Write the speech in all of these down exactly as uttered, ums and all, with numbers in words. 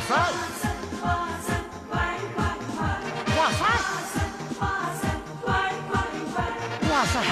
塞！哇塞！哇塞！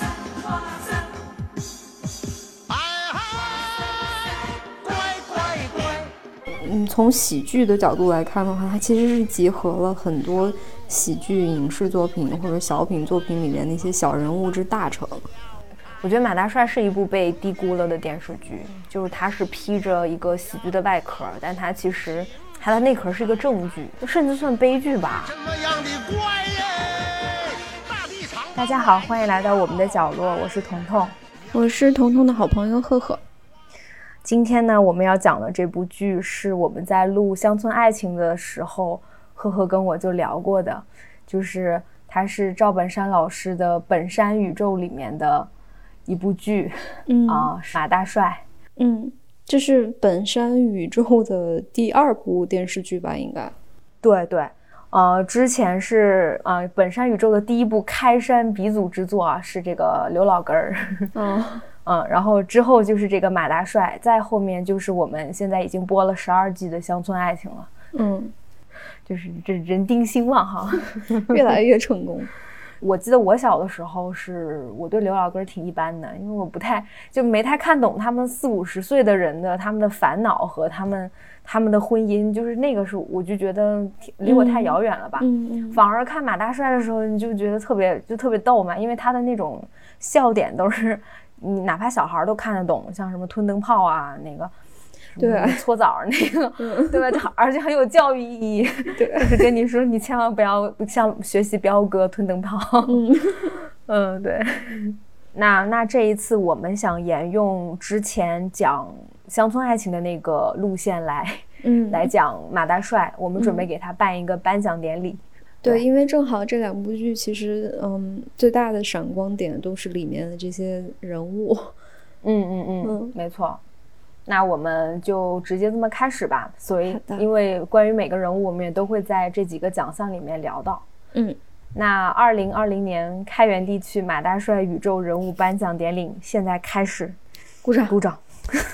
哎嗨！乖乖乖！ 嗯，从喜剧的角度来看的话，它其实是集合了很多喜剧影视作品或者小品作品里面那些小人物之大成。 我觉得马大帅是一部被低估了的电视剧，就是它是披着一个喜剧的外壳，但它其实它的内壳是一个正剧，甚至算悲剧吧。 什么样的怪耶？大地长。 大家好，欢迎来到我们的角落，我是彤彤， 我是彤彤的好朋友赫赫。 今天呢，我们要讲的这部剧是我们在录《乡村爱情》的时候，赫赫跟我就聊过的，就是它是赵本山老师的《本山宇宙》里面的一部剧，嗯啊、呃，马大帅， 嗯，这是本山宇宙的第二部电视剧吧？应该， 对对，呃，之前是呃本山宇宙的第一部开山鼻祖之作啊，是这个刘老根儿， 嗯嗯，然后之后就是这个马大帅，再后面就是我们现在已经播了十二季的乡村爱情了， 嗯， 就是这人丁兴旺哈， 越来越成功。 我记得我小的时候是我对刘老根挺一般的，因为我不太就没太看懂他们四五十岁的人的他们的烦恼和他们他们的婚姻，就是那个是我就觉得离我太遥远了吧。 嗯嗯嗯、 反而看马大帅的时候，你就觉得特别就特别逗嘛，因为他的那种笑点都是你哪怕小孩都看得懂，像什么吞灯泡啊那个。 对， 搓澡那个，嗯、对吧？而且很有教育意义。 对， 就是跟你说，你千万不要像学习彪哥吞灯泡。 嗯嗯，对。那那这一次我们想沿用之前讲乡村爱情的那个路线来， 嗯， 来讲马大帅。我们准备给他办一个颁奖典礼。嗯、 对，因为正好这两部剧其实，嗯，最大的闪光点都是里面的这些人物。 嗯嗯嗯，嗯没错。那我们就直接这么开始吧。所以因为关于每个人物我们也都会在这几个奖项里面聊到。 嗯， 那二零二零年开源地区马大帅宇宙人物颁奖典礼现在开始， 鼓掌鼓掌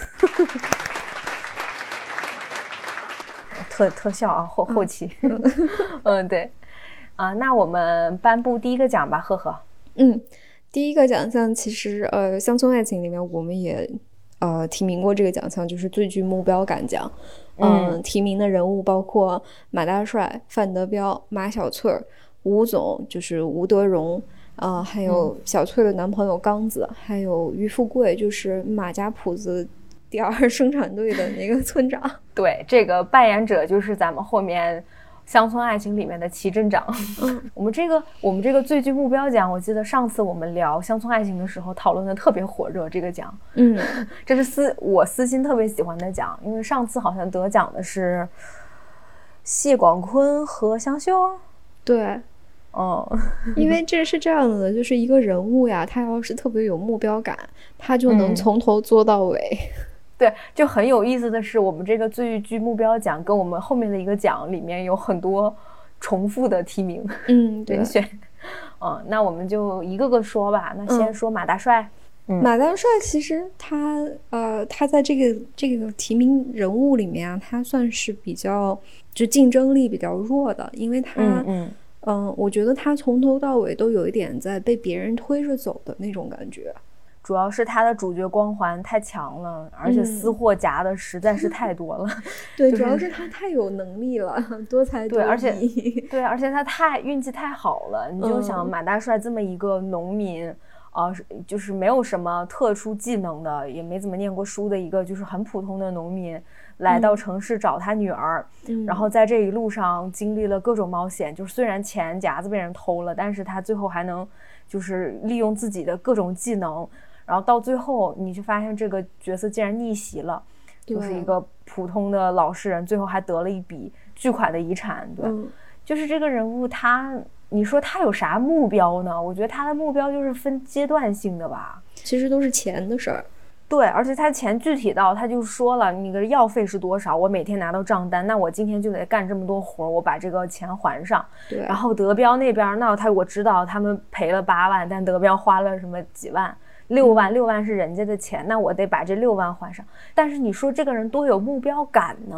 特特效啊，后后期嗯, 嗯对啊，那我们颁布第一个奖吧，赫赫。 嗯，第一个奖项其实呃乡村爱情里面我们也呃，提名过这个奖项，就是最具目标感奖。嗯，嗯提名的人物包括马大帅、范德彪、马小翠儿、吴总，就是吴德荣，啊、呃，还有小翠的男朋友刚子，嗯、还有于富贵，就是马家铺子第二生产队的那个村长。 对，这个扮演者就是咱们后面乡村爱情里面的齐镇长。 嗯、 我们这个我们这个最具目标奖，我记得上次我们聊乡村爱情的时候讨论的特别火热，这个奖， 嗯， 这是私我私心特别喜欢的奖，因为上次好像得奖的是谢广坤和香秀。 对， 哦， 因为这是这样的，就是一个人物呀，他要是特别有目标感，他就能从头做到尾。 嗯对，就很有意思的是，我们这个最具目标奖跟我们后面的一个奖里面有很多重复的提名， 嗯， 人选。嗯，那我们就一个个说吧。那先说马大帅。 嗯、马大帅其实他呃，他在这个这个提名人物里面啊，他算是比较就竞争力比较弱的，因为他嗯嗯、 呃，我觉得他从头到尾都有一点在被别人推着走的那种感觉。 主要是他的主角光环太强了，而且私货夹的实在是太多了。 嗯、对、 就是， 主要是他太有能力了，多才多艺。 对，而且对，而且他太运气太好了。你就想马大帅这么一个农民，啊、呃，就是没有什么特殊技能的，也没怎么念过书的一个，就是很普通的农民，来到城市找他女儿， 嗯、 然后在这一路上经历了各种冒险。就是虽然钱夹子被人偷了，但是他最后还能就是利用自己的各种技能。然后到最后你就发现这个角色竟然逆袭了，就是一个普通的老实人，最后还得了一笔巨款的遗产。对、嗯、就是这个人物他你说他有啥目标呢？我觉得他的目标就是分阶段性的吧， 其实都是钱的事儿。 对，而且他钱具体到他就说了你的药费是多少，我每天拿到账单，那我今天就得干这么多活，我把这个钱还上。 对， 然后德彪那边那他我知道他们赔了八万，但德彪花了什么几万，六万，六万是人家的钱，那我得把这六万还上。但是你说这个人多有目标感呢？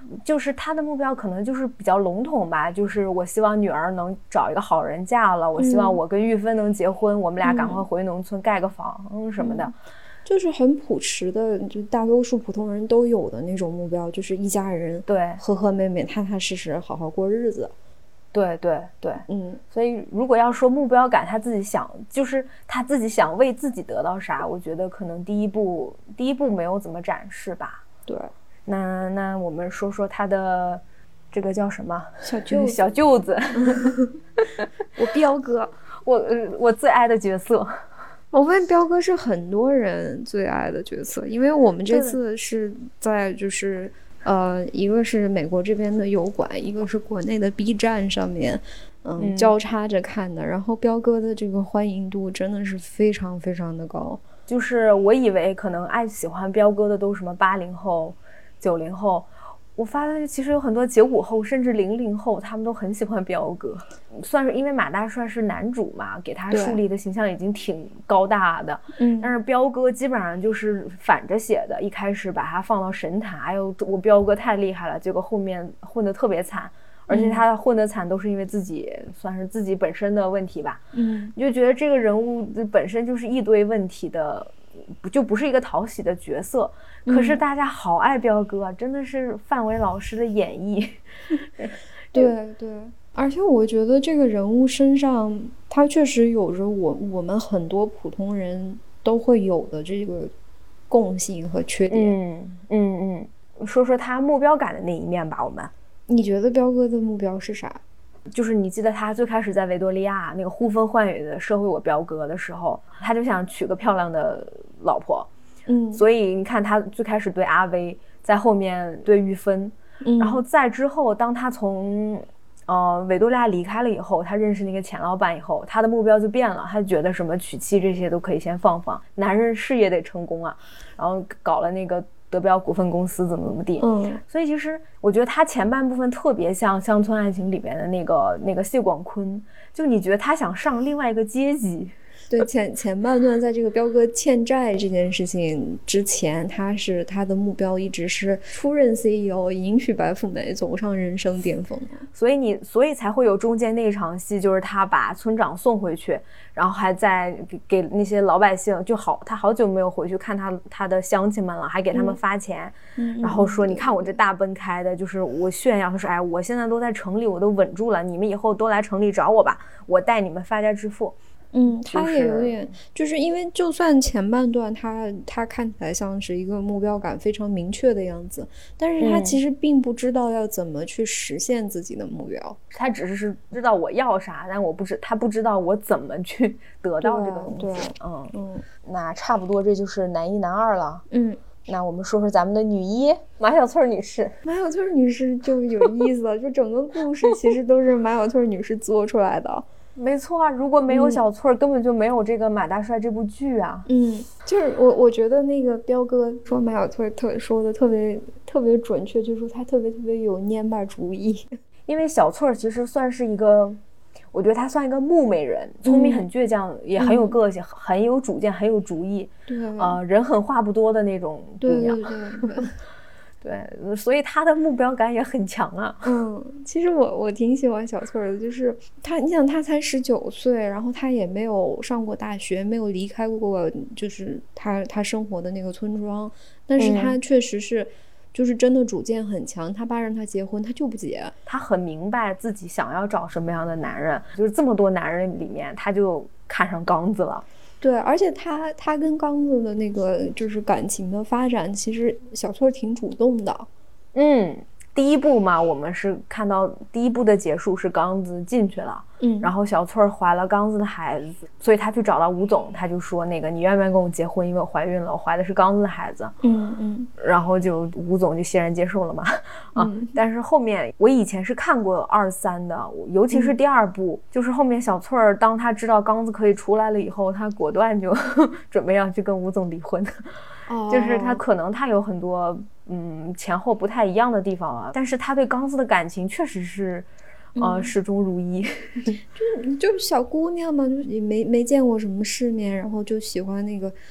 就是他的目标可能就是比较笼统吧，就是我希望女儿能找一个好人嫁了，我希望我跟玉芬能结婚，嗯、我们俩赶快回农村盖个房什么的。嗯就是很朴实的，就大多数普通人都有的那种目标，就是一家人对和和美美、踏踏实实、好好过日子。 对对对， 嗯， 所以如果要说目标感，他自己想，就是他自己想为自己得到啥，我觉得可能第一步第一步没有怎么展示吧。 对， 那那我们说说他的这个叫什么小舅子小舅子， 我彪哥， 我我最爱的角色。 我问彪哥是很多人最爱的角色，因为我们这次是在就是呃，一个是美国这边的油管，一个是国内的 B 站上面，嗯，嗯交叉着看的。然后彪哥的这个欢迎度真的是非常非常的高。 就是我以为可能爱喜欢彪哥的都是什么八零后、九零后。我发现其实有很多九五后甚至零零后他们都很喜欢彪哥，算是因为马大帅是男主嘛，给他树立的形象已经挺高大的，嗯，但是彪哥基本上就是反着写的，一开始把他放到神坛，哎呦我彪哥太厉害了，结果后面混得特别惨，而且他混得惨都是因为自己、嗯、算是自己本身的问题吧，嗯，你就觉得这个人物本身就是一堆问题的，就不是一个讨喜的角色，可是大家好爱彪哥、嗯、真的是范伟老师的演绎对对，而且我觉得这个人物身上他确实有着我我们很多普通人都会有的这个共性和缺点。 嗯嗯嗯，说说他目标感的那一面吧。我们你觉得彪哥的目标是啥？ 就是你记得他最开始在维多利亚那个呼风唤雨的社会我彪哥的时候，他就想娶个漂亮的老婆，嗯，所以你看他最开始对阿威，在后面对玉芬，嗯，然后再之后当他从呃维多利亚离开了以后，他认识那个钱老板以后，他的目标就变了，他觉得什么娶妻这些都可以先放放，男人事业得成功啊，然后搞了那个德标股份公司怎么怎么地，嗯，所以其实我觉得他前半部分特别像乡村爱情里边的那个那个谢广坤，就你觉得他想上另外一个阶级。 对，前前半段在这个彪哥欠债这件事情之前，他是他的目标一直是出任 C E O， 迎娶白富美，走上人生巅峰。 所以你所以才会有中间那场戏，就是他把村长送回去，然后还在给给那些老百姓，就好他好久没有回去看他他的乡亲们了，还给他们发钱，嗯、然后说、嗯、你看我这大奔开的，就是我炫耀，他说哎我现在都在城里，我都稳住了，你们以后都来城里找我吧，我带你们发家致富。 嗯，他也有点，就是因为就算前半段他他看起来像是一个目标感非常明确的样子，但是他其实并不知道要怎么去实现自己的目标， 嗯、他只是是知道我要啥，但我不知他不知道我怎么去得到这个东西。 对， 嗯嗯，那差不多这就是男一男二了。 嗯， 那我们说说咱们的女一马小翠女士。 马小翠女士就有意思了，就整个故事其实都是马小翠女士做出来的。 没错啊，如果没有小翠、嗯、根本就没有这个马大帅这部剧啊。 嗯，就是我我觉得那个彪哥说马小翠特说的特别特别准确，就是说他特别特别有蔫巴主意。 因为小翠其实算是一个，我觉得她算一个木美人，聪明很倔强、嗯、也很有个性、嗯、很有主见，很有主意。 对啊、呃，人狠话不多的那种姑娘。 对对对对。 对，所以他的目标感也很强啊。 嗯，其实我我挺喜欢小翠的，就是他，你想他才十九岁，然后他也没有上过大学，没有离开过，就是他他生活的那个村庄，但是他确实是，嗯、就是真的主见很强。他爸让他结婚，他就不结。 他很明白自己想要找什么样的男人，就是这么多男人里面，他就看上刚子了。 对，而且他他跟刚子的那个就是感情的发展，其实小翠挺主动的。 嗯，第一部嘛，我们是看到第一部的结束是刚子进去了，嗯，然后小翠怀了刚子的孩子，所以他去找到吴总，他就说那个你愿不愿意跟我结婚？因为我怀孕了，我怀的是刚子的孩子。 嗯嗯， 然后就吴总就欣然接受了嘛。啊， 嗯、 但是后面我以前是看过二三的，尤其是第二部，嗯、就是后面小翠儿当他知道刚子可以出来了以后，他果断就准备要去跟吴总离婚。 哦， 就是他可能他有很多嗯前后不太一样的地方啊，但是他对刚子的感情确实是呃、嗯、始终如一。 就就是小姑娘嘛，就也没没见过什么世面，然后就喜欢那个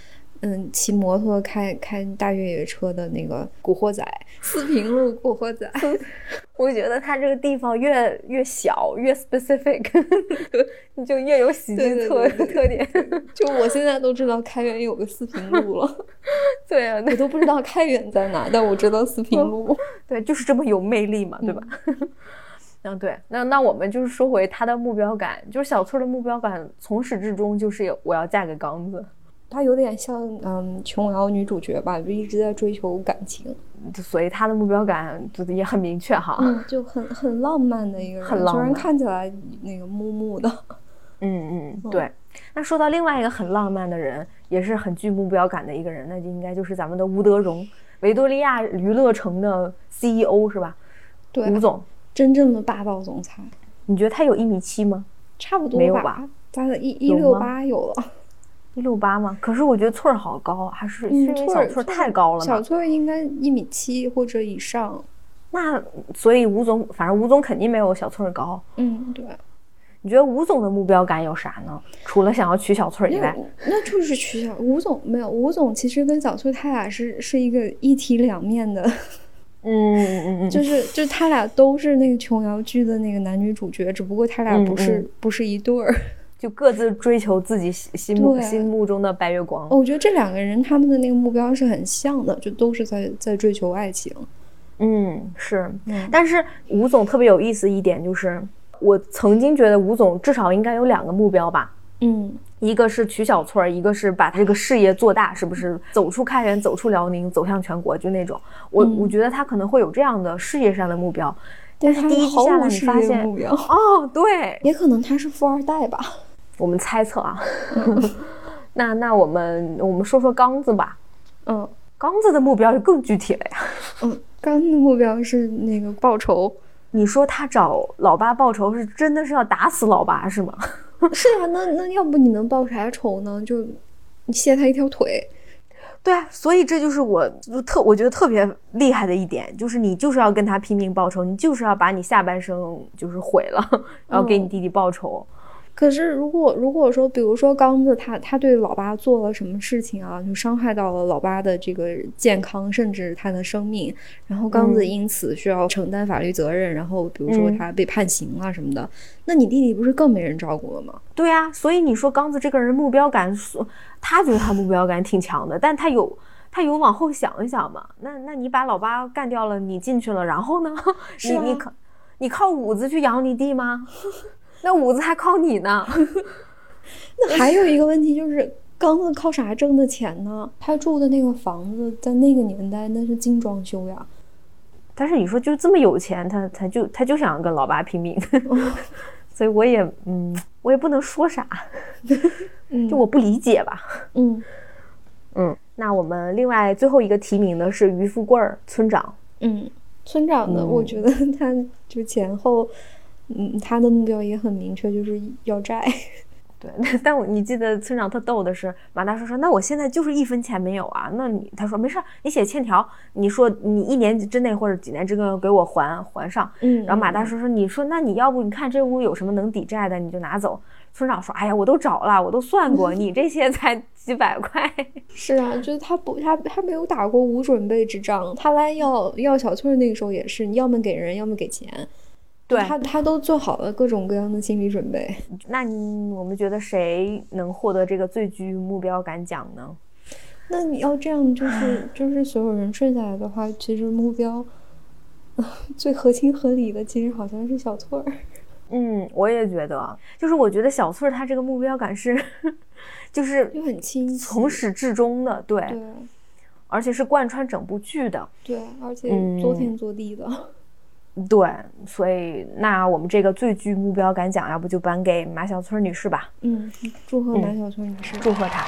嗯骑摩托开开大越野车的那个古惑仔，四平路古惑仔。 我觉得它这个地方越越小越 specific 你就越有喜剧特特点。 就我现在都知道开原有个四平路了。 对啊， 我都不知道开原在哪，但我知道四平路。 对，就是这么有魅力嘛，对吧？嗯，对，那那我们就是说回他的目标感，就是小翠的目标感从始至终就是我要嫁给刚子。 她有点像嗯琼瑶女主角吧，就一直在追求感情， 所以她的目标感就也很明确哈。 嗯，就很很浪漫的一个人， 很浪漫， 虽然看起来那个木木的。 嗯嗯，对。那说到另外一个很浪漫的人，也是很具目标感的一个人，那就应该就是咱们的吴德荣，维多利亚娱乐城的 C E O 是吧？ 对， 吴总， 真正的霸道总裁。 你觉得他有一米七吗？ 差不多吧， 没有吧？ 他的一一六八有了。 一六八吗？可是我觉得翠儿好高，还是因为小翠儿太高了嘛？ 小翠儿应该一米七或者以上。 那所以吴总，反正吴总肯定没有小翠儿高。 嗯，对。 你觉得吴总的目标感有啥呢？除了想要娶小翠儿以外， 那就是娶小吴总没有。吴总其实跟小翠他俩是是一个一体两面的。 嗯嗯嗯， 就是就他俩都是那个琼瑶剧的那个男女主角，只不过他俩不是、嗯嗯、不是一对儿。 就各自追求自己心目心目中的白月光。 我觉得这两个人他们的那个目标是很像的，就都是在在追求爱情。 嗯，是、 嗯。 但是吴总特别有意思一点就是，我曾经觉得吴总至少应该有两个目标吧。 嗯， 一个是娶小翠儿，一个是把这个事业做大，是不是走出开原，走出辽宁，走向全国，就那种。我、嗯、我觉得他可能会有这样的事业上的目标。但是第一季下来你发现， 目标哦，对， 也可能他是富二代吧。 我们猜测啊，那那我们我们说说刚子吧。 嗯， 刚子的目标就更具体了呀。 嗯，刚子的目标是那个报仇。 你说他找老爸报仇是真的是要打死老爸是吗？ 是啊，那那要不你能报啥仇呢？就你卸他一条腿。 对啊，所以这就是我特我觉得特别厉害的一点，就是你就是要跟他拼命报仇，你就是要把你下半生就是毁了，然后给你弟弟报仇。 嗯，可是如果如果说比如说刚子他他对老爸做了什么事情啊，就伤害到了老爸的这个健康甚至他的生命，然后刚子因此需要承担法律责任、嗯、然后比如说他被判刑啊什么的、嗯、那你弟弟不是更没人照顾了吗？ 对啊，所以你说刚子这个人目标感，他觉得他目标感挺强的，但他有他有往后想一想嘛，那那你把老爸干掉了，你进去了，然后呢？ 是啊、 你你靠你靠五子去养你弟吗？那五子还靠你呢。 那还有一个问题就是，刚子靠啥挣的钱呢？他住的那个房子在那个年代那是精装修呀。 但是你说就这么有钱，他他就他就想跟老爸拼命，所以我也嗯，我也不能说啥，就我不理解吧。 嗯嗯，那我们另外最后一个提名的是于富贵村长。 嗯，村长呢、嗯，我觉得他就前后。嗯，他的目标也很明确，就是要债。 对，但我你记得村长特逗的是，马大叔说：“那我现在就是一分钱没有啊。”那你他说没事，你写欠条，你说你一年之内或者几年之内给我还还上。 嗯， 然后马大叔说：“你说那你要不你看这屋有什么能抵债的，你就拿走。”村长说：“哎呀，我都找了，我都算过，你这些才几百块。” 是啊，就是他不他他没有打过无准备之仗，他来要要小翠那个时候也是，你要么给人，要么给钱。 对， 他他都做好了各种各样的心理准备。 那你我们觉得谁能获得这个最具目标感奖呢？ 那你要这样，就是就是所有人顺下来的话，其实目标、呃、最合情合理的，其实好像是小翠儿。 嗯，我也觉得，就是我觉得小翠儿她这个目标感是，就是就很清晰， 从始至终的，对， 对， 而且是贯穿整部剧的， 对，而且作天作地的。嗯对，所以那我们这个最具目标感奖，要不就颁给马小翠女士吧。 嗯，祝贺马小翠女士， 嗯、祝贺她。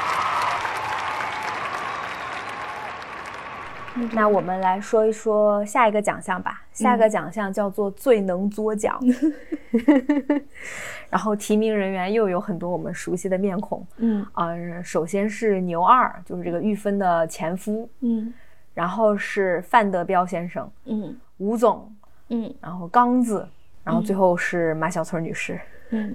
嗯、那我们来说一说下一个奖项吧。下一个奖项叫做最能作奖，嗯、然后提名人员又有很多我们熟悉的面孔。 嗯， 呃，首先是牛二，就是这个玉芬的前夫。 嗯， 然后是范德彪先生。 嗯。 吴总， 嗯， 然后刚子，然后最后是马小翠女士。 嗯，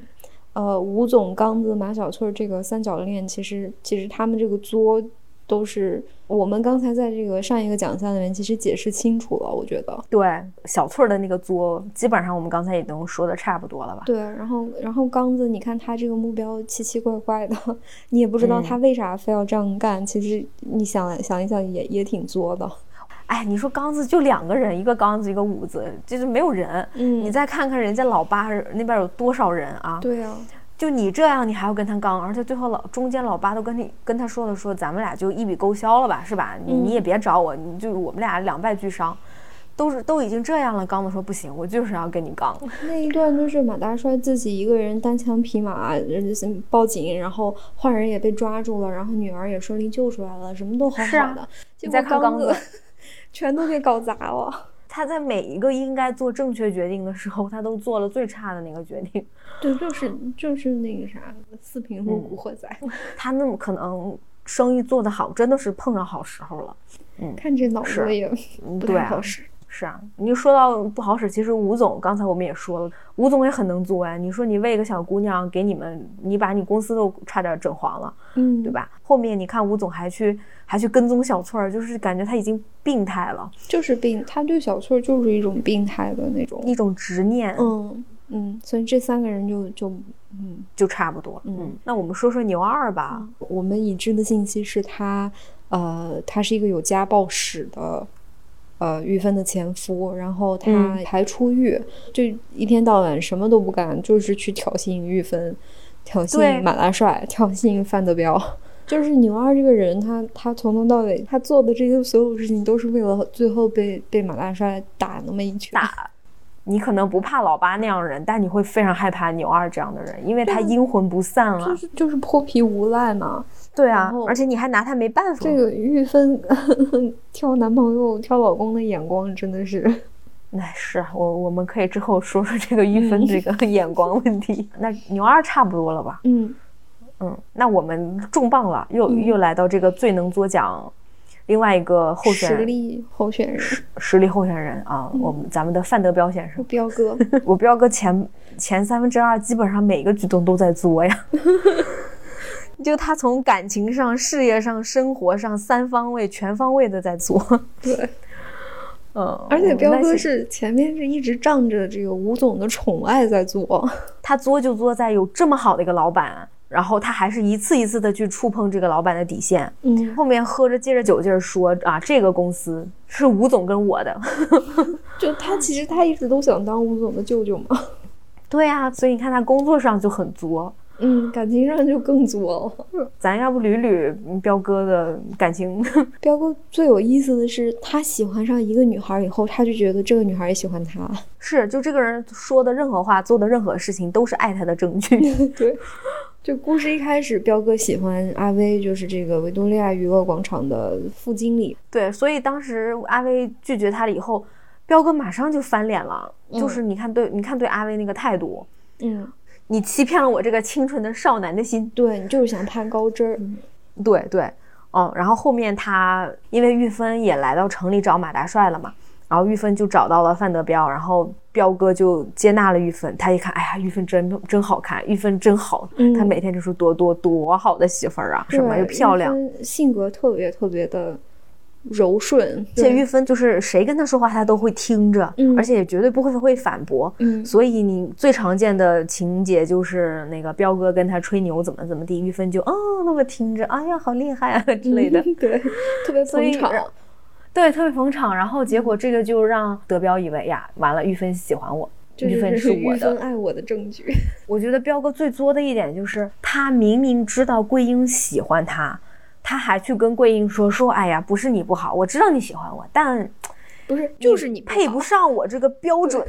呃，吴总、刚子、马小翠这个三角恋，其实其实他们这个作都是我们刚才在这个上一个奖项里面其实解释清楚了，我觉得。 对，小翠的那个作，基本上我们刚才也都说的差不多了吧？ 对，然后然后刚子，你看他这个目标奇奇怪怪的，你也不知道他为啥非要这样干。嗯、其实你想想一想也，也也挺作的。 哎，你说刚子就两个人，一个刚子，一个武子，就是没有人。嗯，你再看看人家老八那边有多少人啊？ 对啊。 就你这样，你还要跟他刚，而且最后老中间老八都跟你跟他说了说，咱们俩就一笔勾销了吧，是吧？你、嗯、你也别找我，你就我们俩两败俱伤，都是都已经这样了。刚子说不行，我就是要跟你刚。 那一段就是马大帅自己一个人单枪匹马报警，然后坏人也被抓住了，然后女儿也顺利救出来了，什么都好好的。 啊、你再看刚子， 全都给搞砸了。 他在每一个应该做正确决定的时候，他都做了最差的那个决定。 对，就是就是那个啥，四平路古惑仔、 嗯。他那么可能生意做得好，真的是碰上好时候了。嗯， 看这脑子也不太好使。 是啊，你说到不好使，其实吴总刚才我们也说了，吴总也很能作呀。你说你为一个小姑娘给你们，你把你公司都差点整黄了， 嗯， 对吧？后面你看吴总还去还去跟踪小翠儿，就是感觉他已经病态了， 就是病，他对小翠儿就是一种病态的那种一种执念， 嗯嗯，所以这三个人就就嗯就差不多，嗯。那我们说说牛二吧， 嗯、我们已知的信息是他呃他是一个有家暴史的。呃，玉芬的前夫，然后他还出狱、嗯，就一天到晚什么都不干，就是去挑衅玉芬，挑衅马大帅，挑衅范德彪。就是牛二这个人，他他从头到尾，他做的这些所有事情，都是为了最后被被马大帅打那么一拳。 打，你可能不怕老八那样的人，但你会非常害怕牛二这样的人，因为他阴魂不散了， 就是就是泼皮无赖嘛。 对啊，而且你还拿他没办法。 这个玉芬挑男朋友、挑老公的眼光真的是， 那是我我们可以之后说说这个玉芬这个眼光问题。嗯、那牛二差不多了吧？ 嗯嗯，那我们重磅了，又、嗯、又来到这个最能作奖，另外一个候选人， 实力候选人， 实实力候选人啊，嗯、我们咱们的范德彪先生， 彪哥， 我彪哥前前三分之二基本上每个举动都在作呀。就他从感情上、事业上、生活上三方位、全方位的在做。 对， 嗯， 而且彪哥是前面是一直仗着这个吴总的宠爱在做， 他作就作在有这么好的一个老板，然后他还是一次一次的去触碰这个老板的底线。 嗯， 后面喝着借着酒劲儿说啊，这个公司是吴总跟我的。 就他其实他一直都想当吴总的舅舅嘛。 对啊，所以你看他工作上就很作。 嗯，感情上就更作了。咱要不捋捋彪哥的感情？ 彪哥最有意思的是，他喜欢上一个女孩以后，他就觉得这个女孩也喜欢他。 是，就这个人说的任何话、做的任何事情，都是爱他的证据。 对，就故事一开始，彪哥喜欢阿威，就是这个维多利亚娱乐广场的副经理。 对，所以当时阿威拒绝他了以后，彪哥马上就翻脸了。嗯、就是你看对，你看对阿威那个态度， 嗯。 你欺骗了我这个清纯的少男的心， 对，你就是想攀高枝儿、嗯， 对对，嗯，然后后面他因为玉芬也来到城里找马大帅了嘛，然后玉芬就找到了范德彪，然后彪哥就接纳了玉芬，他一看，哎呀，玉芬真真好看，玉芬真好，嗯、他每天就说多多多好的媳妇儿啊，什么又漂亮， 性格特别特别的柔顺， 而且玉芬就是谁跟他说话他都会听着、嗯、而且也绝对不会会反驳、 嗯、 所以你最常见的情节就是那个彪哥跟他吹牛怎么怎么地，玉芬就哦那么听着，哎呀好厉害啊之类的、 嗯、对，特别捧场， 对，特别捧场，然后结果这个就让德彪以为呀完了玉芬喜欢我，玉芬是我的， 玉芬爱我的证据。 我觉得彪哥最作的一点就是他明明知道桂英喜欢他，他还去跟桂英说说，哎呀，不是你不好，我知道你喜欢我，但不是就是你配不上我这个标准。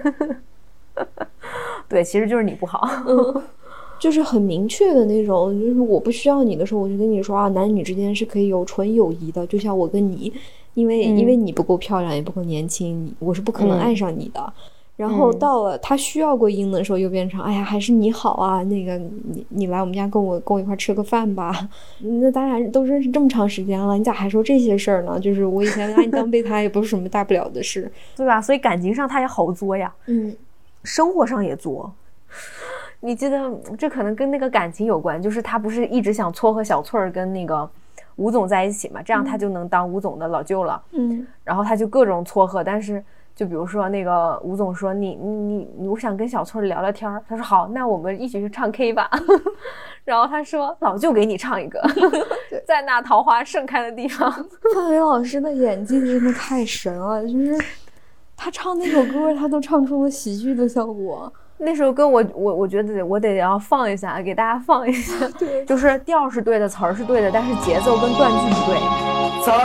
对，其实就是你不好， 嗯，就是很明确的那种，就是我不需要你的时候，我就跟你说啊，男女之间是可以有纯友谊的，就像我跟你，因为、嗯、因为你不够漂亮，也不够年轻，我是不可能爱上你的。嗯然后到了他需要桂英的时候，又变成、嗯、哎呀，还是你好啊，那个你你来我们家跟我跟我一块吃个饭吧。那咱俩都认识这么长时间了，你咋还说这些事儿呢？就是我以前拿你当备胎也不是什么大不了的事， 对吧？所以感情上他也好作呀， 嗯， 生活上也作。 你记得这可能跟那个感情有关，就是他不是一直想撮合小翠儿跟那个吴总在一起嘛，这样他就能当吴总的老舅了。嗯，然后他就各种撮合，但是就比如说那个吴总说你你你，我想跟小翠儿聊聊天，他说好，那我们一起去唱 K 吧。然后他说老舅给你唱一个，在那桃花盛开的地方。 范伟老师的演技真的太神了，就是他唱那首歌，他都唱出了喜剧的效果。 那首歌我我我觉得我得要放一下，给大家放一下。对，就是调是对的，词儿是对的，但是节奏跟断句不对。 在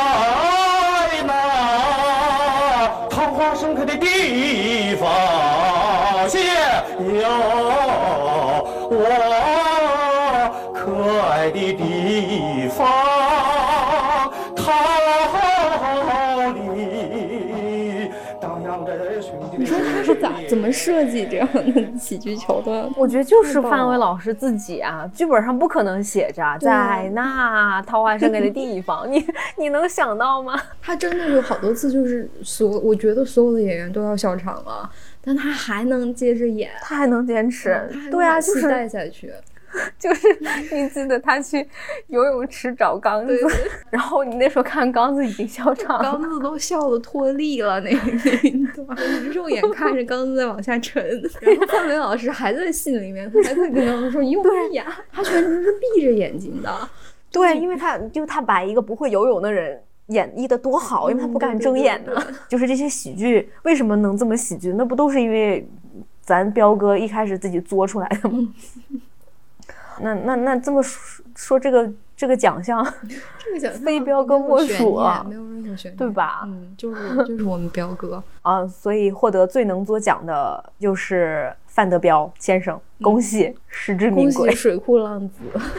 那桃花盛开的地方，谢有我可爱的地方，桃李荡漾着水。 你说他是咋怎么设计这样的喜剧桥段？ 我觉得就是范伟老师自己啊，剧本上不可能写着在那桃花盛开的地方，你你能想到吗？ 他真的有好多次就是所，我觉得所有的演员都要笑场了，但他还能接着演， 他还能坚持， 嗯、 对啊，就是带下去。 就是你记得他去游泳池找刚子，然后你那时候看刚子已经笑场了， 刚子都笑得脱力了，那那一段，肉眼看着刚子在往下沉，然后范伟老师还在戏里面，他还在跟刚子说你用眼，他全程是闭着眼睛的。 对，因为他就他把一个不会游泳的人演绎的多好，因为他不敢睁眼呢。嗯、对对对对就是这些喜剧为什么能这么喜剧？那不都是因为咱彪哥一开始自己作出来的吗？嗯那那那这么说说这个这个奖项， 这个奖项非彪哥莫属啊， 没有任何悬念， 对吧？ 嗯，就是就是我们彪哥啊，所以获得最能作奖的就是范德彪先生，恭喜，嗯、实至名归， 恭喜水库浪子。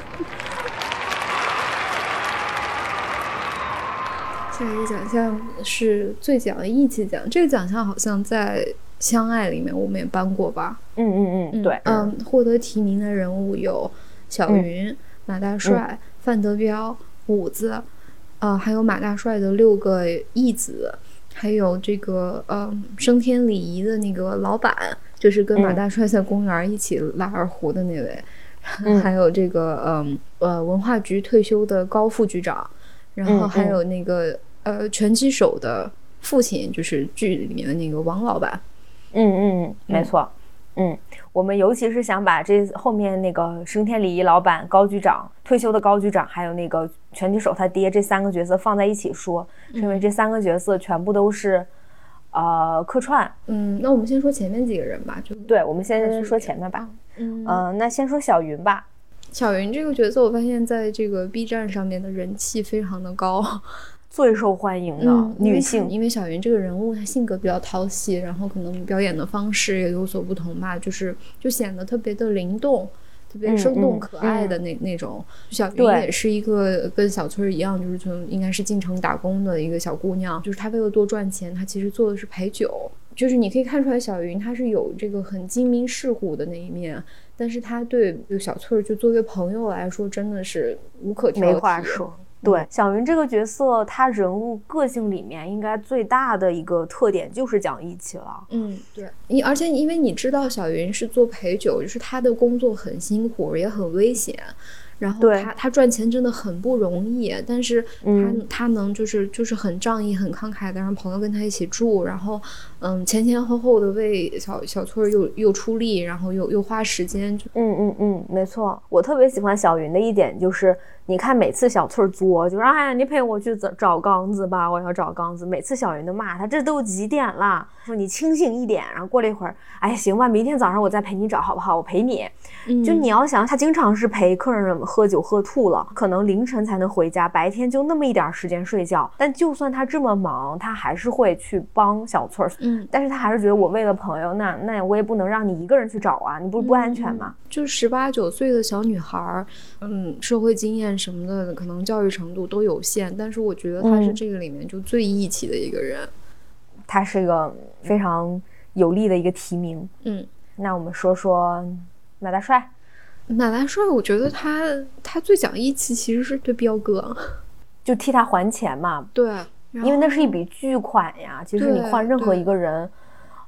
下一个奖项是最奖义气奖，这个奖项好像在相爱里面我们也颁过吧？ 嗯嗯嗯，对， 嗯，获得提名的人物有小云、嗯、马大帅、嗯、范德彪、五子，呃，还有马大帅的六个义子，还有这个呃升天礼仪的那个老板，就是跟马大帅在公园一起拉二胡的那位，嗯、还有这个嗯 呃, 呃文化局退休的高副局长，然后还有那个、嗯、呃拳击手的父亲，就是剧里面的那个王老板。 嗯嗯，没错。嗯，我们尤其是想把这后面那个升天礼仪老板、高局长、退休的高局长，还有那个拳击手他爹这三个角色放在一起说，是因为这三个角色全部都是呃客串。 嗯，那我们先说前面几个人吧，就对，我们先说前面吧。嗯、呃，那先说小云吧。 小云这个角色，我发现在这个 B 站上面的人气非常的高。 最受欢迎的女性、 嗯、因为小云这个人物她性格比较讨喜，然后可能表演的方式也有所不同吧，就是就显得特别的灵动，特别生动可爱的那、嗯嗯、那种。小云也是一个跟小翠一样，就是从应该是进城打工的一个小姑娘，就是她为了多赚钱，她其实做的是陪酒。就是你可以看出来小云她是有这个很精明世故的那一面，但是她对小翠就作为朋友来说真的是无可挑剔， 没话说。对，小云这个角色，她人物个性里面应该最大的一个特点就是讲义气了。 嗯，对，你而且因为你知道小云是做陪酒，就是她的工作很辛苦，也很危险。然后他他赚钱真的很不容易，但是他、嗯、他能就是就是很仗义很慷慨的让朋友跟他一起住，然后嗯前前后后的为小小翠又又出力，然后又又花时间。 嗯嗯嗯，没错。我特别喜欢小云的一点就是，你看每次小翠作，就说哎呀你陪我去找刚子吧，我要找刚子。每次小云都骂他，这都几点了？说你清醒一点。然后过了一会儿，哎行吧，明天早上我再陪你找好不好？我陪你。嗯、就你要想，他经常是陪客人喝酒喝吐了，可能凌晨才能回家，白天就那么一点时间睡觉。但就算他这么忙，他还是会去帮小翠儿。嗯，但是他还是觉得我为了朋友，那那我也不能让你一个人去找啊，你不不安全吗？ 嗯、就十八九岁的小女孩，嗯，社会经验什么的，可能教育程度都有限，但是我觉得她是这个里面就最义气的一个人。 嗯、她是一个非常有力的一个提名。嗯，那我们说说马大帅。 马大帅，我觉得他他最讲义气其实是对彪哥， 就替他还钱嘛。 对， 因为那是一笔巨款呀。其实你换任何一个人，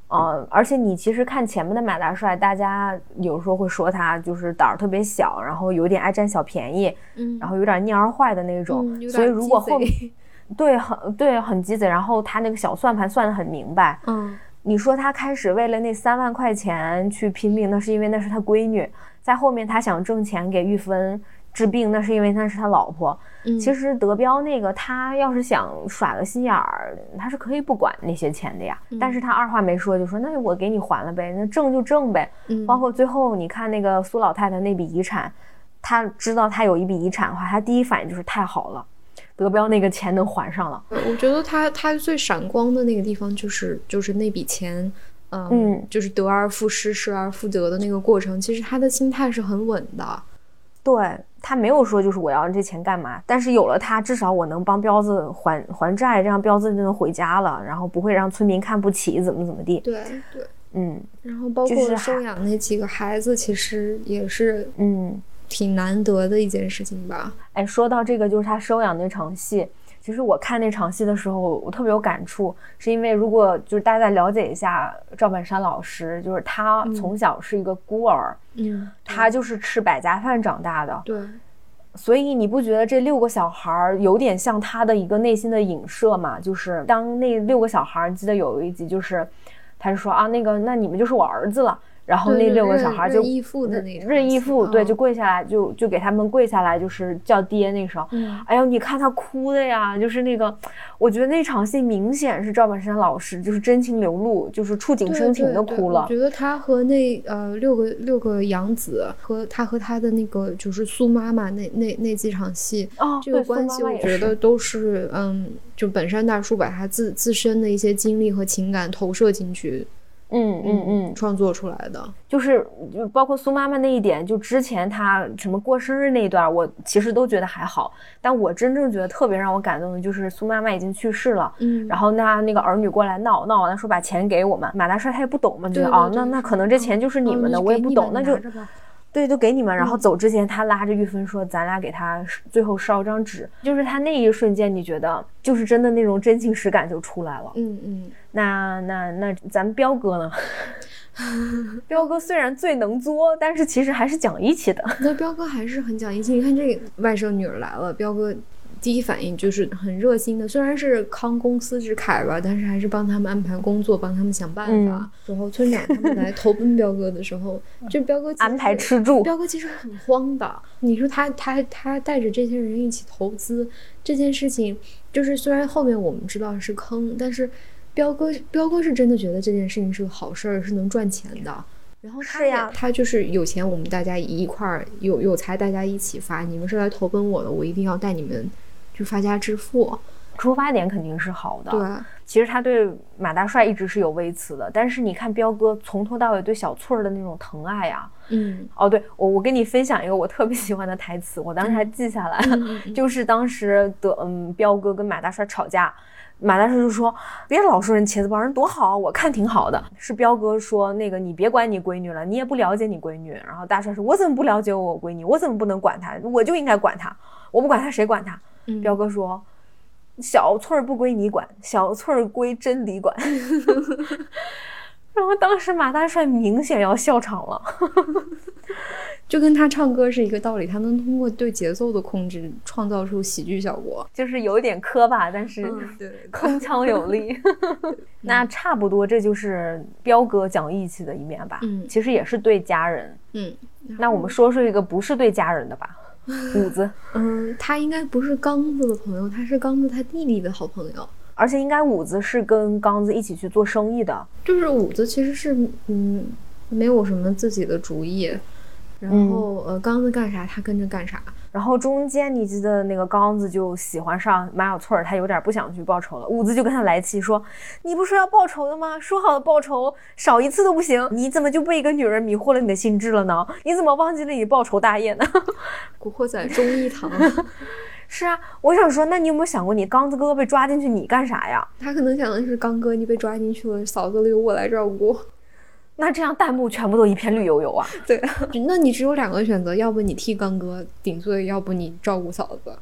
呃，而且你其实看前面的马大帅，大家有时候会说他就是胆儿特别小，然后有点爱占小便宜， 嗯， 然后有点蔫儿坏的那种， 嗯、 所以如果后面鸡贼对很对很鸡贼，然后他那个小算盘算得很明白， 嗯， 你说他开始为了那三万块钱去拼命，那是因为那是他闺女，在后面他想挣钱给玉芬治病，那是因为那是他老婆。 嗯、 其实德彪那个他要是想耍个心眼儿，他是可以不管那些钱的呀， 嗯、 但是他二话没说就说那我给你还了呗，那挣就挣呗。 嗯， 包括最后你看那个苏老太太那笔遗产，他知道他有一笔遗产的话，他第一反应就是太好了，德彪那个钱能还上了。 我觉得他他最闪光的那个地方就是就是那笔钱，嗯， 嗯就是得而复失，失而复得的那个过程，其实他的心态是很稳的。 对，他没有说就是我要这钱干嘛，但是有了他，至少我能帮彪子还还债，这样彪子就能回家了，然后不会让村民看不起，怎么怎么地。 对对， 嗯， 然后包括收养那几个孩子，其实也是嗯挺难得的一件事情吧。 哎，说到这个，就是他收养那场戏。其实我看那场戏的时候，我特别有感触，是因为如果就是大家了解一下赵本山老师，就是他从小是一个孤儿， 嗯， 他就是吃百家饭长大的， 对， 所以你不觉得这六个小孩有点像他的一个内心的影射吗？就是当那六个小孩，记得有一集就是他就说啊，那个那你们就是我儿子了。然后那六个小孩就认义父的那种， 认义父，对， 哦、 就跪下来，就就给他们跪下来，就是叫爹。那时候， 嗯， 哎呦，你看他哭的呀，就是那个，我觉得那场戏明显是赵本山老师就是真情流露，就是触景生情的哭了。 对对对，我觉得他和那呃六个六个养子和他和他的那个就是苏妈妈那那那几场戏， 哦， 这个关系我觉得都是嗯，就本山大叔把他自自身的一些经历和情感投射进去。 嗯嗯嗯， 创作出来的， 就是就包括苏妈妈那一点，就之前她什么过生日那一段，我其实都觉得还好，但我真正觉得特别让我感动的就是苏妈妈已经去世了， 嗯， 然后那那个儿女过来闹闹完了说把钱给我们，马大帅他也不懂嘛，觉得啊，那那可能这钱就是你们的， 哦、 我也不懂，那就对，就给你们。然后嗯走之前，他拉着玉芬说：“咱俩给他最后烧张纸。”就是他那一瞬间，你觉得就是真的那种真情实感就出来了。 嗯嗯。 那那那咱们彪哥呢？彪哥虽然最能作，但是其实还是讲义气的。 那彪哥还是很讲义气。你看这个外甥女儿来了，彪哥第一反应就是很热心的，虽然是康公司之凯吧，但是还是帮他们安排工作，帮他们想办法。然、嗯、后村长他们来投奔彪哥的时候，就彪哥安排吃住。 彪哥其实很慌的。你说他他他带着这些人一起投资这件事情，就是虽然后面我们知道是坑，但是彪哥彪哥是真的觉得这件事情是个好事儿，是能赚钱的。然后他是呀， 他就是有钱，我们大家一块儿有有财，大家一起发。你们是来投奔我的，我一定要带你们去发家致富。 出发点肯定是好的。 对， 其实他对马大帅一直是有微词的，但是你看彪哥从头到尾对小翠儿的那种疼爱啊。 嗯， 哦，对，我我跟你分享一个我特别喜欢的台词，我当时还记下来， 嗯、 就是当时的嗯彪哥跟马大帅吵架。马大帅就说别老说人茄子包人多好，我看挺好的。是彪哥说那个你别管你闺女了，你也不了解你闺女。然后大帅说我怎么不了解我闺女，我怎么不能管她，我就应该管她，我不管她谁管她、 嗯、 彪哥说小翠儿不归你管，小翠儿归真理管。然后当时马大帅明显要笑场了。 就跟他唱歌是一个道理，他能通过对节奏的控制创造出喜剧效果， 就是有点磕巴，但是铿锵有力。 嗯、 那差不多这就是彪哥讲义气的一面吧。 嗯， 其实也是对家人。 嗯， 那我们说说一个不是对家人的吧。五子， 嗯，他应该不是刚子的朋友，他是刚子他弟弟的好朋友， 而且应该五子是跟刚子一起去做生意的。 就是五子其实是嗯没有什么自己的主意。然后、嗯、呃，刚子干啥他跟着干啥。 然后中间你记得那个刚子就喜欢上马小翠儿，他有点不想去报仇了。五子就跟他来气说：“你不说要报仇的吗？说好的报仇少一次都不行，你怎么就被一个女人迷惑了你的心智了呢？你怎么忘记了你报仇大业呢？” 古惑仔忠义堂。 是啊，我想说，那你有没有想过，你刚子哥被抓进去，你干啥呀？ 他可能想的是，刚哥你被抓进去了，嫂子由我来照顾。 那这样弹幕全部都一片绿油油啊！ 对啊，那你只有两个选择，要不你替刚哥顶罪，要不你照顾嫂子。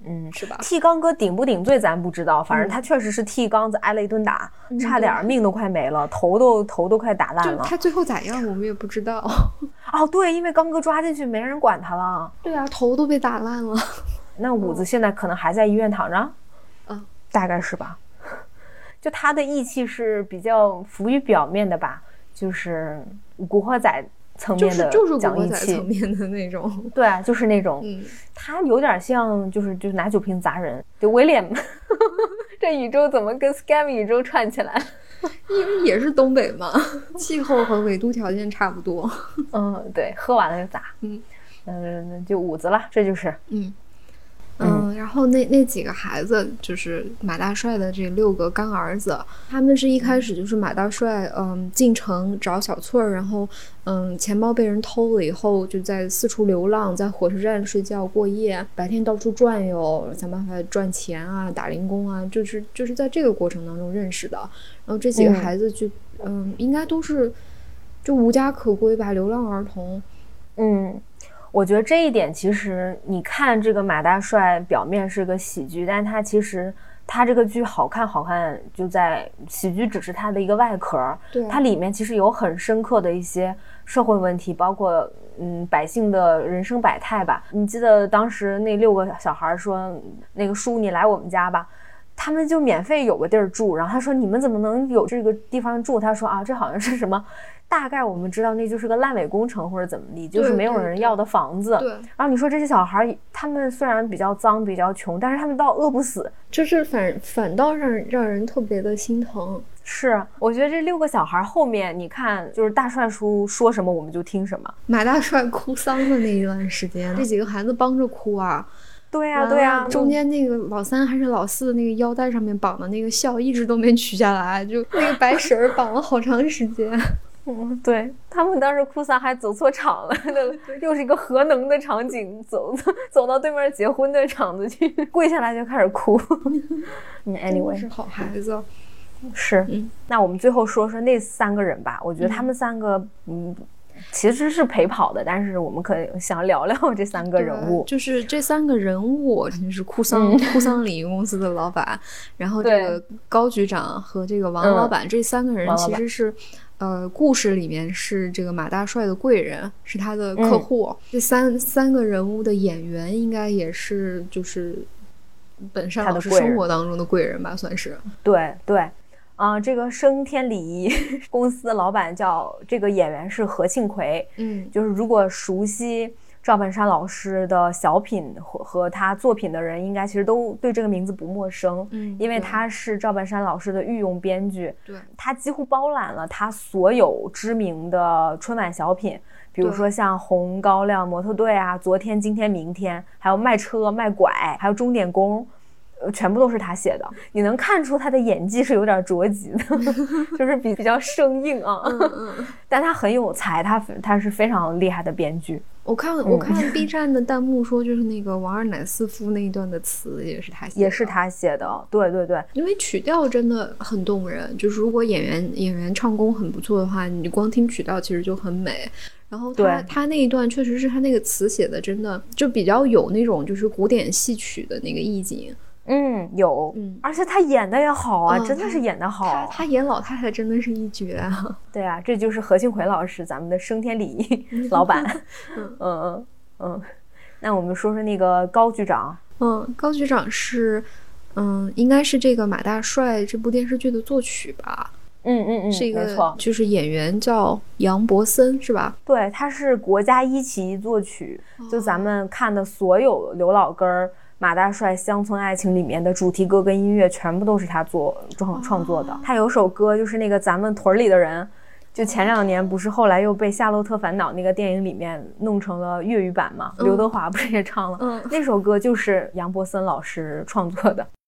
嗯， 是吧？ 替刚哥顶不顶罪咱不知道，反正他确实是替刚子挨了一顿打，嗯、差点命都快没了，头都头都快打烂了。 就他最后咋样我们也不知道。 哦，对，因为刚哥抓进去没人管他了。 对啊，头都被打烂了。 那五子现在可能还在医院躺着， 嗯， 大概是吧。就他的义气是比较浮于表面的吧，就是古惑仔层面的就是讲义气， 就是古惑仔层面的那种。 对啊，就是那种， 嗯， 他有点像就是就是拿酒瓶砸人，就威廉。这宇宙怎么跟 Scam 宇宙串起来？ 因为也是东北嘛，气候和纬度条件差不多。 嗯，对，喝完了就砸。 嗯嗯，就五子了，这就是嗯。嗯，然后那那几个孩子就是马大帅的这六个干儿子，他们是一开始就是马大帅，嗯，进城找小翠儿，然后嗯，钱包被人偷了以后，就在四处流浪，在火车站睡觉过夜，白天到处转悠，想办法赚钱啊，打零工啊，就是就是在这个过程当中认识的。然后这几个孩子就嗯, 嗯，应该都是就无家可归吧，流浪儿童。 嗯。我觉得这一点其实你看这个马大帅表面是个喜剧，但他其实他这个剧好看好看就在喜剧只是他的一个外壳， 对， 它里面其实有很深刻的一些社会问题，包括嗯百姓的人生百态吧。你记得当时那六个小孩说那个叔你来我们家吧，他们就免费有个地儿住，然后他说你们怎么能有这个地方住，他说啊这好像是什么，大概我们知道那就是个烂尾工程或者怎么地，就是没有人要的房子。 对， 然后你说这些小孩他们虽然比较脏比较穷，但是他们倒饿不死， 就是反反倒让让人特别的心疼。 是，我觉得这六个小孩后面你看就是大帅叔说什么我们就听什么。 马大帅哭丧的那一段时间，这几个孩子帮着哭啊。 对呀、啊、对呀、啊， 中间那个老三还是老四的那个腰带上面绑的那个孝一直都没取下来，就那个白绳儿绑了好长时间。 嗯，对，他们当时哭丧还走错场了，又是一个核能的场景，走走到对面结婚的场子去，跪下来就开始哭。嗯 ，anyway 是好孩子。 是、 嗯， 那我们最后说说那三个人吧。我觉得他们三个，嗯。嗯其实是陪跑的，但是我们可以想聊聊这三个人物， 就是这三个人物，就是哭丧、嗯、哭丧礼仪公司的老板，然后这个高局长和这个王老板、嗯、这三个人其实是，呃，故事里面是这个马大帅的贵人，是他的客户。嗯、这三三个人物的演员应该也是就是本山老师生活当中的贵人吧，算是。 对对。啊、呃，这个升天礼仪公司的老板叫这个演员是何庆魁， 嗯， 就是如果熟悉赵本山老师的小品和和他作品的人，应该其实都对这个名字不陌生， 嗯， 因为他是赵本山老师的御用编剧， 对， 他几乎包揽了他所有知名的春晚小品，比如说像红高粱模特队啊，昨天今天明天，还有卖车卖拐，还有钟点工。全部都是他写的，你能看出他的演技是有点着急的，就是比比较生硬啊， 嗯嗯， 但他很有才，他他是非常厉害的编剧。 我看我看 B 站的弹幕说，就是那个王二奶四夫那一段的词也是他写的， 也是他写的，对对对， 因为曲调真的很动人，就是如果演员演员唱功很不错的话，你光听曲调其实就很美。然后他他那一段确实是他那个词写的真的就比较有那种就是古典戏曲的那个意境。 嗯，有， 嗯， 而且他演的也好啊， 嗯、 真的是演的好。 他他演老太太真的是一绝啊！ 对啊，这就是何庆魁老师，咱们的升天礼仪老板。嗯嗯嗯，那我们说说那个高局长。 嗯，高局长是，嗯，应该是这个马大帅这部电视剧的作曲吧？ 嗯嗯嗯， 是一个， 没错， 就是演员叫杨博森，是吧？ 对，他是国家一级作曲，哦、就咱们看的所有刘老根儿。马大帅乡村爱情里面的主题歌跟音乐全部都是他做创创作的。他有首歌就是那个咱们屯里的人，就前两年不是后来又被《夏洛特烦恼》那个电影里面弄成了粤语版嘛，刘德华不是也唱了、嗯、那首歌就是杨博森老师创作的。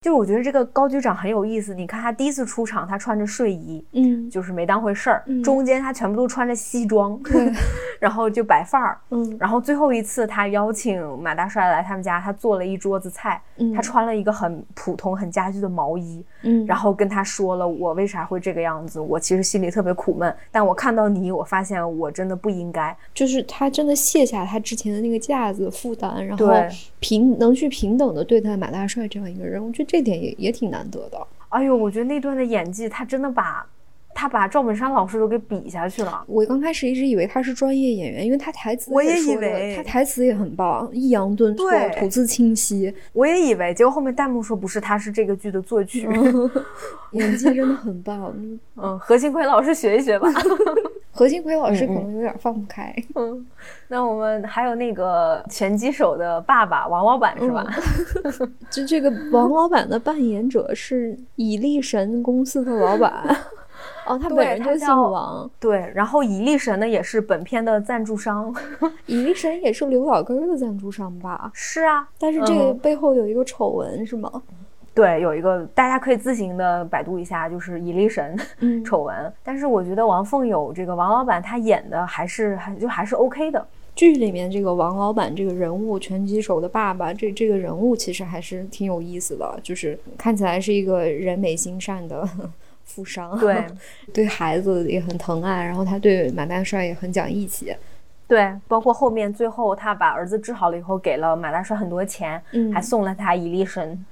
就是我觉得这个高局长很有意思，你看他第一次出场，他穿着睡衣， 嗯， 就是没当回事儿、 嗯， 中间他全部都穿着西装，然后就摆范儿， 嗯， 然后最后一次他邀请马大帅来他们家，他做了一桌子菜， 嗯， 他穿了一个很普通很家居的毛衣， 嗯， 然后跟他说了我为啥会这个样子，我其实心里特别苦闷，但我看到你，我发现我真的不应该， 就是他真的卸下他之前的那个架子负担，然后对平能去平等的对待马大帅这样一个人，我觉得这点也也挺难得的。 哎呦，我觉得那段的演技，他真的把他把赵本山老师都给比下去了。 我刚开始一直以为他是专业演员，因为他台词我也说以为他台词也很棒，抑扬顿挫，吐字清晰。 我也以为，结果后面弹幕说不是，他是这个剧的作曲， 嗯、演技真的很棒。 嗯，何庆魁老师学一学吧。 何庆魁老师可能有点放不开。 嗯，嗯那我们还有那个拳击手的爸爸王老板是吧？ 嗯、就这个王老板的扮演者是以力神公司的老板。哦，他本人就姓王。 对，然后以力神呢也是本片的赞助商。 以力神也是刘老根的赞助商吧？ 是啊， 但是这个背后有一个丑闻、嗯、是吗？ 对，有一个大家可以自行的百度一下，就是以力神、嗯、丑闻。但是我觉得王凤友这个王老板他演的还是还就还是 OK 的。 剧里面这个王老板这个人物，拳击手的爸爸，这这个人物其实还是挺有意思的，就是看起来是一个人美心善的富商， 对， 对孩子也很疼爱，然后他对马大帅也很讲义气。 对，包括后面最后他把儿子治好了以后，给了马大帅很多钱，嗯、还送了他一粒参，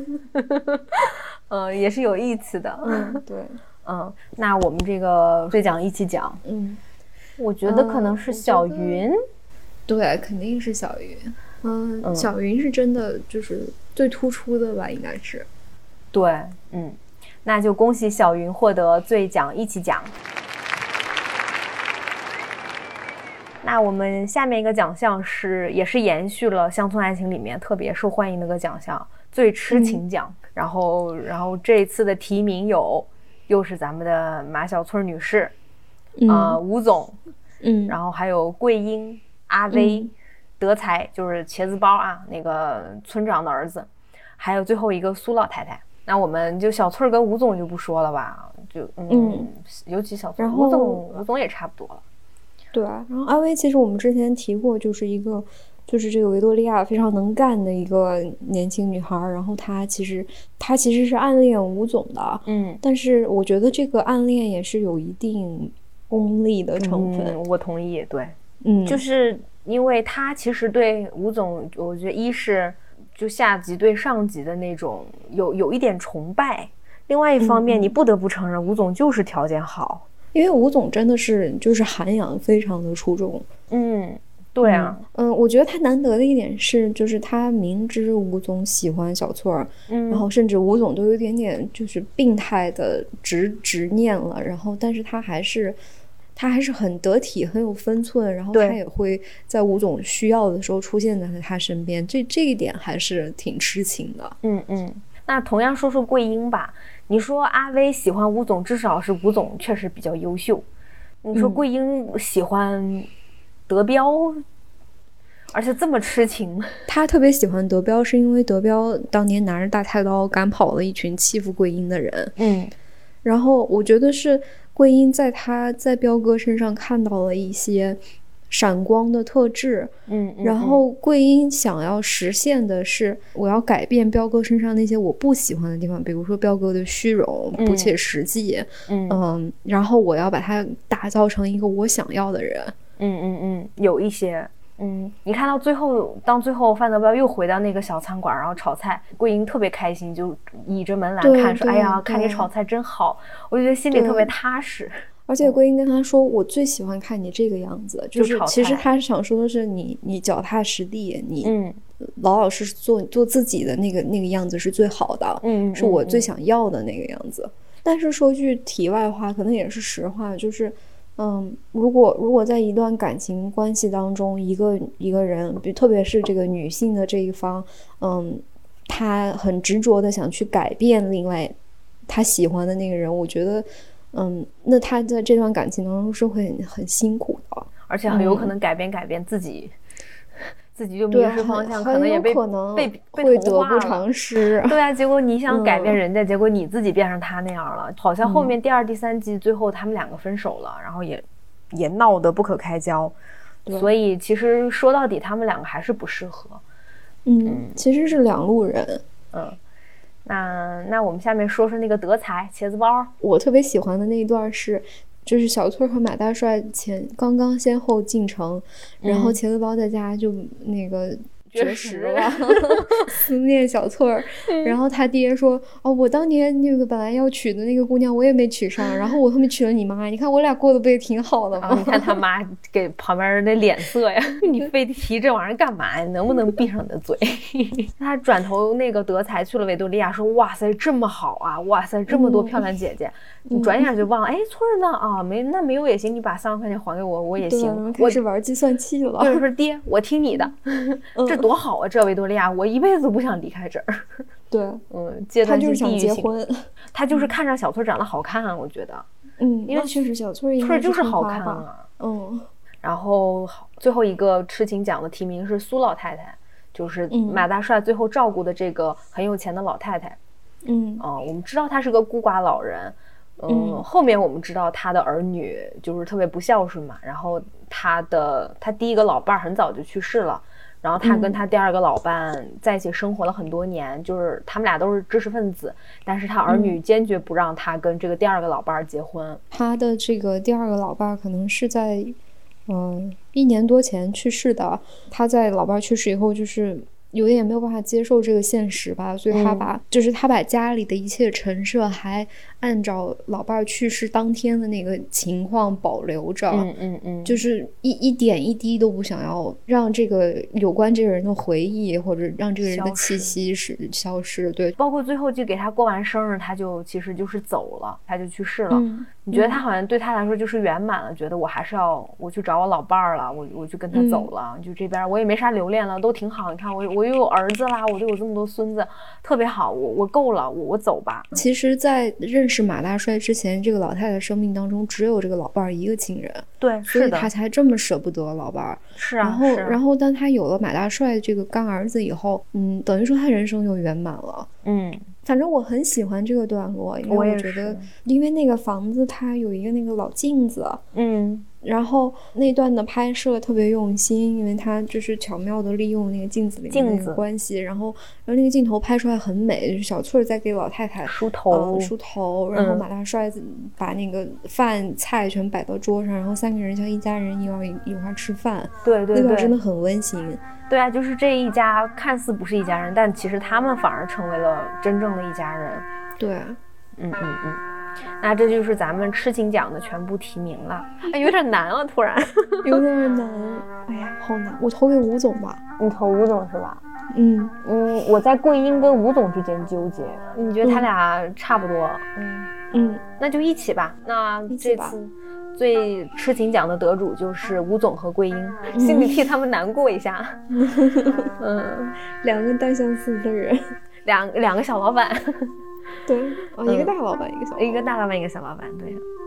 嗯、呃，也是有义气的。 嗯，对， 嗯，那我们这个最讲义气奖， 嗯， 我觉得可能是小云， 嗯、对，肯定是小云。嗯，嗯小云是真的就是最突出的吧，应该是。 对，嗯，那就恭喜小云获得最讲义气奖。那我们下面一个奖项是也是延续了《乡村爱情》里面特别受欢迎的一个奖项，最痴情奖、嗯、然后然后这一次的提名有又是咱们的马小翠女士，嗯、呃吴总， 嗯， 然后还有桂英、阿威、嗯、德才就是茄子包啊，那个村长的儿子，还有最后一个苏老太太。那我们就小翠跟吴总就不说了吧，就 嗯, 嗯尤其小翠，吴总吴总也差不多了。 对啊，然后阿威其实我们之前提过，就是一个就是这个维多利亚非常能干的一个年轻女孩，然后她其实她其实是暗恋吴总的， 嗯， 但是我觉得这个暗恋也是有一定功利的成分。 嗯、我同意，对， 嗯， 就是因为她其实对吴总，我觉得一是就下级对上级的那种有有一点崇拜，另外一方面、嗯、你不得不承认吴总就是条件好。 因为吴总真的是就是涵养非常的出众， 嗯，对啊， 嗯，嗯我觉得他难得的一点是，就是他明知吴总喜欢小翠儿，嗯，然后甚至吴总都有一点点就是病态的执执念了，然后但是他还是他还是很得体，很有分寸，然后他也会在吴总需要的时候出现在他身边，这这一点还是挺痴情的。 嗯嗯，那同样说说桂英吧。你说阿威喜欢吴总，至少是吴总确实比较优秀。你说桂英喜欢德彪、嗯、而且这么痴情。 他特别喜欢德彪是因为德彪当年拿着大菜刀赶跑了一群欺负桂英的人。 嗯， 然后我觉得是桂英在他在彪哥身上看到了一些闪光的特质， 嗯, 嗯， 然后桂英想要实现的是，我要改变彪哥身上那些我不喜欢的地方，比如说彪哥的虚荣、不切实际， 嗯, 嗯，然后我要把他打造成一个我想要的人， 嗯嗯嗯，有一些，嗯，你看到最后，当最后范德彪又回到那个小餐馆，然后炒菜，桂英特别开心，就倚着门栏看，说：“哎呀，看你炒菜真好。”我就觉得心里特别踏实。 而且桂英跟他说，我最喜欢看你这个样子，就是其实他想说的是你你脚踏实地，你老老实实做做自己的那个那个样子是最好的， 嗯， 是我最想要的那个样子。但是说句题外话，可能也是实话，就是嗯，如果如果在一段感情关系当中，一个一个人，特别是这个女性的这一方，嗯，她很执着的想去改变另外她喜欢的那个人，我觉得。嗯，那他在这段感情当中是会很很辛苦的， 而且很有可能改变、嗯、改变自己自己就迷对， 失方向， 很可能也被很有可能被被会得不同化了偿失。 对啊，结果你想改变嗯人家，结果你自己变成他那样了。好像后面第二、第三季最后他们两个分手了，然后也也闹得不可开交。所以其实说到底，他们两个还是不适合。 嗯，其实是两路人。 嗯，那那我们下面说说那个德才茄子包。 我特别喜欢的那一段是，就是小翠和马大帅前刚刚先后进城，然后茄子包在家就那个绝食了，思念小翠儿。然后他爹说：“哦，我当年那个本来要娶的那个姑娘，我也没娶上，然后我后面娶了你妈，你看我俩过得不也挺好的吗？” 你看他妈给旁边人的脸色呀，你非得提这玩意儿干嘛呀？能不能闭上你的嘴？他转头那个德才去了维多利亚，说：“哇塞，这么好啊！哇塞，这么多漂亮姐姐。嗯”你转眼就忘了，哎，翠儿呢？啊，没，那没有也行，你把三万块钱还给我，我也行。 开始玩计算器了。 对，说爹，我听你的，这多好啊！这维多利亚，我一辈子都不想离开这儿。 对， 嗯，阶段性地域性， 他就是想结婚， 他就是看上小翠长得好看啊，我觉得。 嗯， 因为确实小翠翠就是好看啊。 嗯， 然后最后一个痴情奖的提名是苏老太太，就是马大帅最后照顾的这个很有钱的老太太。 嗯， 哦、呃，我们知道她是个孤寡老人。嗯, 嗯，后面我们知道他的儿女就是特别不孝顺嘛，然后他的他第一个老伴很早就去世了，然后他跟他第二个老伴在一起生活了很多年，嗯、就是他们俩都是知识分子，但是他儿女坚决不让他跟这个第二个老伴结婚。 他的这个第二个老伴可能是在，呃，一年多前去世的。他在老伴去世以后，就是有点没有办法接受这个现实吧，所以他把、嗯、就是他把家里的一切陈设还按照老伴去世当天的那个情况保留着， 嗯嗯嗯， 就是一一点一滴都不想要让这个有关这个人的回忆或者让这个人的气息是消失。对， 包括最后就给他过完生日，他就其实就是走了，他就去世了。 嗯， 你觉得他好像对他来说就是圆满了，嗯、觉得我还是要我去找我老伴儿了，我我就跟他走了，嗯、就这边我也没啥留恋了，都挺好。你看我我又有儿子啦，我就有这么多孙子，特别好，我我够了，我我走吧。 其实，在认识马大帅之前，这个老太太生命当中只有这个老伴儿一个亲人， 对， 所以他才这么舍不得老伴儿。 是啊， 然后是啊然后当他有了马大帅这个干儿子以后，嗯，等于说他人生又圆满了。 嗯。 反正我很喜欢这个段落，因为我觉得，因为那个房子它有一个那个老镜子， 嗯， 然后那段的拍摄特别用心，因为它就是巧妙的利用那个镜子里面那个关系，然后然后那个镜头拍出来很美，就是小翠在给老太太梳头， 呃、梳头，然后马大帅把那个饭菜全摆到桌上，然后三个人像一家人一块一块吃饭， 对对对， 那段真的很温馨。 对啊，就是这一家看似不是一家人，但其实他们反而成为了真正的一家人。 对， 嗯嗯嗯。那这就是咱们痴情奖的全部提名了，哎，有点难啊，突然有点难，哎呀，好难。我投给吴总吧。 你投吴总是吧？ 嗯嗯，我在桂英跟吴总之间纠结，你觉得他俩差不多？ 嗯嗯， 那就一起吧。那这次最痴情奖的得主就是吴总和桂英，嗯、心里替他们难过一下。嗯， 两个大相似的人， 两两个小老板。 对，哦，一个大老板，嗯、一个小老板， 一个大老板，一个小老板，对。